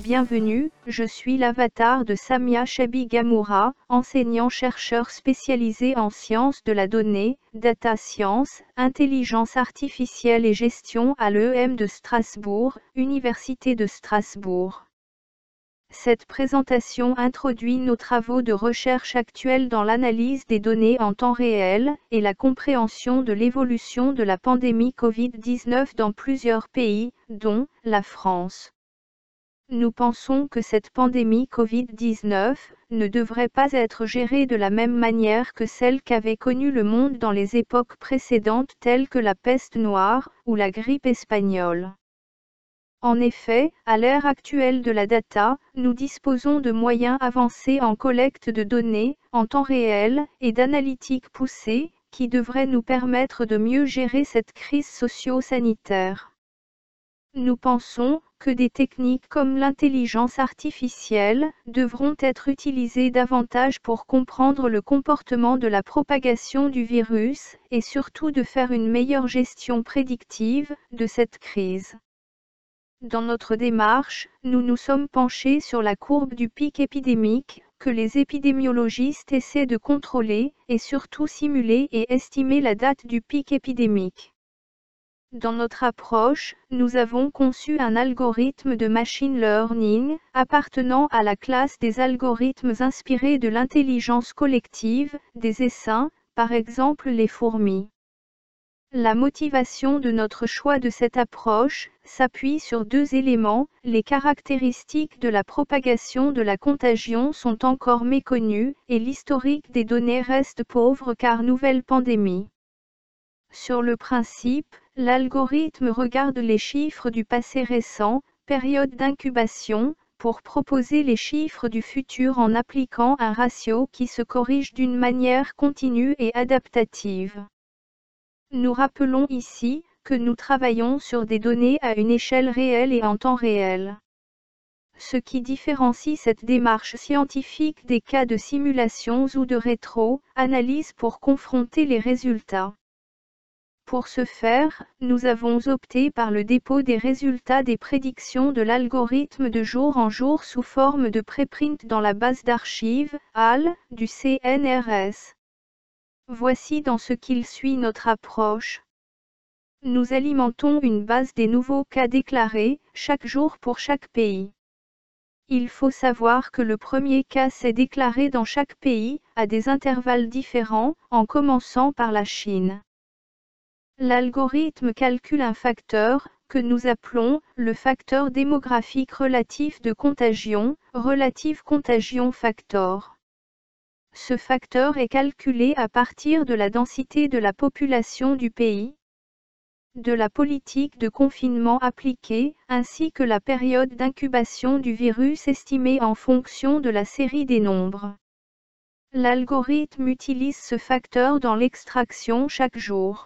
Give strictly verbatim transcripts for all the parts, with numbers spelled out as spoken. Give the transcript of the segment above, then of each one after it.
Bienvenue, je suis l'avatar de Samia Chabi-Gamura, enseignant-chercheur spécialisé en sciences de la donnée, data science, intelligence artificielle et gestion à l'E E M de Strasbourg, Université de Strasbourg. Cette présentation introduit nos travaux de recherche actuels dans l'analyse des données en temps réel et la compréhension de l'évolution de la pandémie Covid dix-neuf dans plusieurs pays, dont la France. Nous pensons que cette pandémie Covid dix-neuf ne devrait pas être gérée de la même manière que celle qu'avait connue le monde dans les époques précédentes telles que la peste noire ou la grippe espagnole. En effet, à l'ère actuelle de la data, nous disposons de moyens avancés en collecte de données, en temps réel, et d'analytique poussée, qui devraient nous permettre de mieux gérer cette crise socio-sanitaire. Nous pensons que des techniques comme l'intelligence artificielle devront être utilisées davantage pour comprendre le comportement de la propagation du virus, et surtout de faire une meilleure gestion prédictive de cette crise. Dans notre démarche, nous nous sommes penchés sur la courbe du pic épidémique, que les épidémiologistes essaient de contrôler, et surtout simuler et estimer la date du pic épidémique. Dans notre approche, nous avons conçu un algorithme de machine learning, appartenant à la classe des algorithmes inspirés de l'intelligence collective, des essaims, par exemple les fourmis. La motivation de notre choix de cette approche s'appuie sur deux éléments. Les caractéristiques de la propagation de la contagion sont encore méconnues, et l'historique des données reste pauvre car nouvelle pandémie. Sur le principe, l'algorithme regarde les chiffres du passé récent, période d'incubation, pour proposer les chiffres du futur en appliquant un ratio qui se corrige d'une manière continue et adaptative. Nous rappelons ici que nous travaillons sur des données à une échelle réelle et en temps réel. Ce qui différencie cette démarche scientifique des cas de simulations ou de rétro-analyse pour confronter les résultats. Pour ce faire, nous avons opté par le dépôt des résultats des prédictions de l'algorithme de jour en jour sous forme de préprint dans la base d'archives A L du C N R S. Voici dans ce qu'il suit notre approche. Nous alimentons une base des nouveaux cas déclarés, chaque jour pour chaque pays. Il faut savoir que le premier cas s'est déclaré dans chaque pays, à des intervalles différents, en commençant par la Chine. L'algorithme calcule un facteur, que nous appelons le facteur démographique relatif de contagion, relative contagion factor. Ce facteur est calculé à partir de la densité de la population du pays, de la politique de confinement appliquée, ainsi que la période d'incubation du virus estimée en fonction de la série des nombres. L'algorithme utilise ce facteur dans l'extraction chaque jour.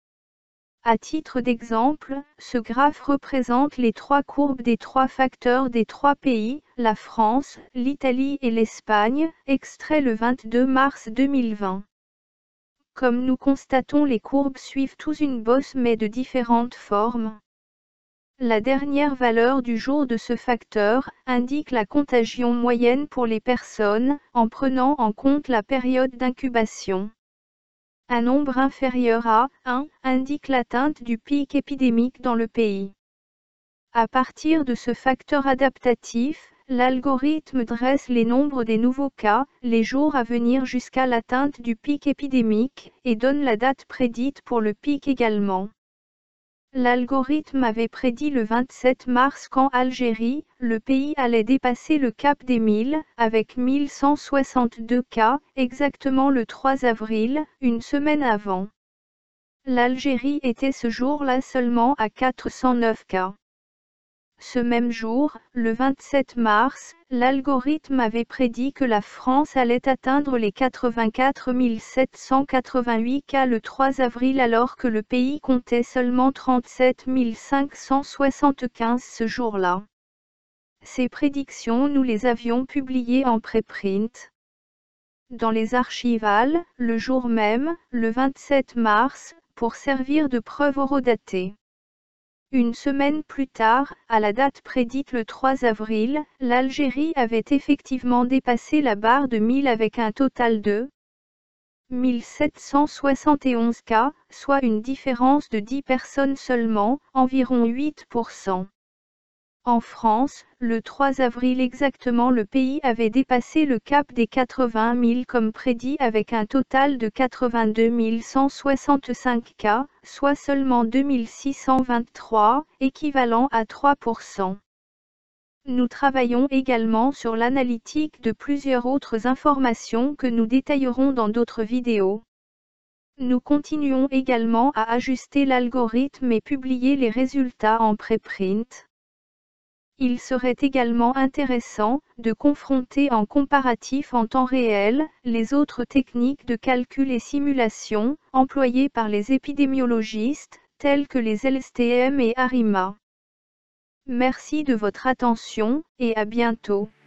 À titre d'exemple, ce graphe représente les trois courbes des trois facteurs des trois pays, la France, l'Italie et l'Espagne, extrait le vingt-deux mars deux mille vingt. Comme nous constatons, les courbes suivent tous une bosse mais de différentes formes. La dernière valeur du jour de ce facteur indique la contagion moyenne pour les personnes, en prenant en compte la période d'incubation. Un nombre inférieur à un indique l'atteinte du pic épidémique dans le pays. À partir de ce facteur adaptatif, l'algorithme dresse les nombres des nouveaux cas, les jours à venir jusqu'à l'atteinte du pic épidémique, et donne la date prédite pour le pic également. L'algorithme avait prédit le vingt-sept mars qu'en Algérie, le pays allait dépasser le cap des mille, avec mille cent soixante-deux cas, exactement le trois avril, une semaine avant. L'Algérie était ce jour-là seulement à quatre cent neuf cas. Ce même jour, le vingt-sept mars, l'algorithme avait prédit que la France allait atteindre les quatre-vingt-quatre mille sept cent quatre-vingt-huit cas le trois avril alors que le pays comptait seulement trente-sept mille cinq cent soixante-quinze ce jour-là. Ces prédictions nous les avions publiées en préprint. Dans les archives A L, le jour même, le vingt-sept mars, pour servir de preuve horodatée. Une semaine plus tard, à la date prédite le trois avril, l'Algérie avait effectivement dépassé la barre de mille avec un total de mille sept cent soixante et onze cas, soit une différence de dix personnes seulement, environ huit pour cent. En France, le trois avril exactement, le pays avait dépassé le cap des quatre-vingt mille comme prédit avec un total de quatre-vingt-deux mille cent soixante-cinq cas, soit seulement deux mille six cent vingt-trois, équivalent à trois pour cent. Nous travaillons également sur l'analytique de plusieurs autres informations que nous détaillerons dans d'autres vidéos. Nous continuons également à ajuster l'algorithme et publier les résultats en préprint. Il serait également intéressant de confronter en comparatif en temps réel les autres techniques de calcul et simulation employées par les épidémiologistes, telles que les L S T M et ARIMA. Merci de votre attention et à bientôt.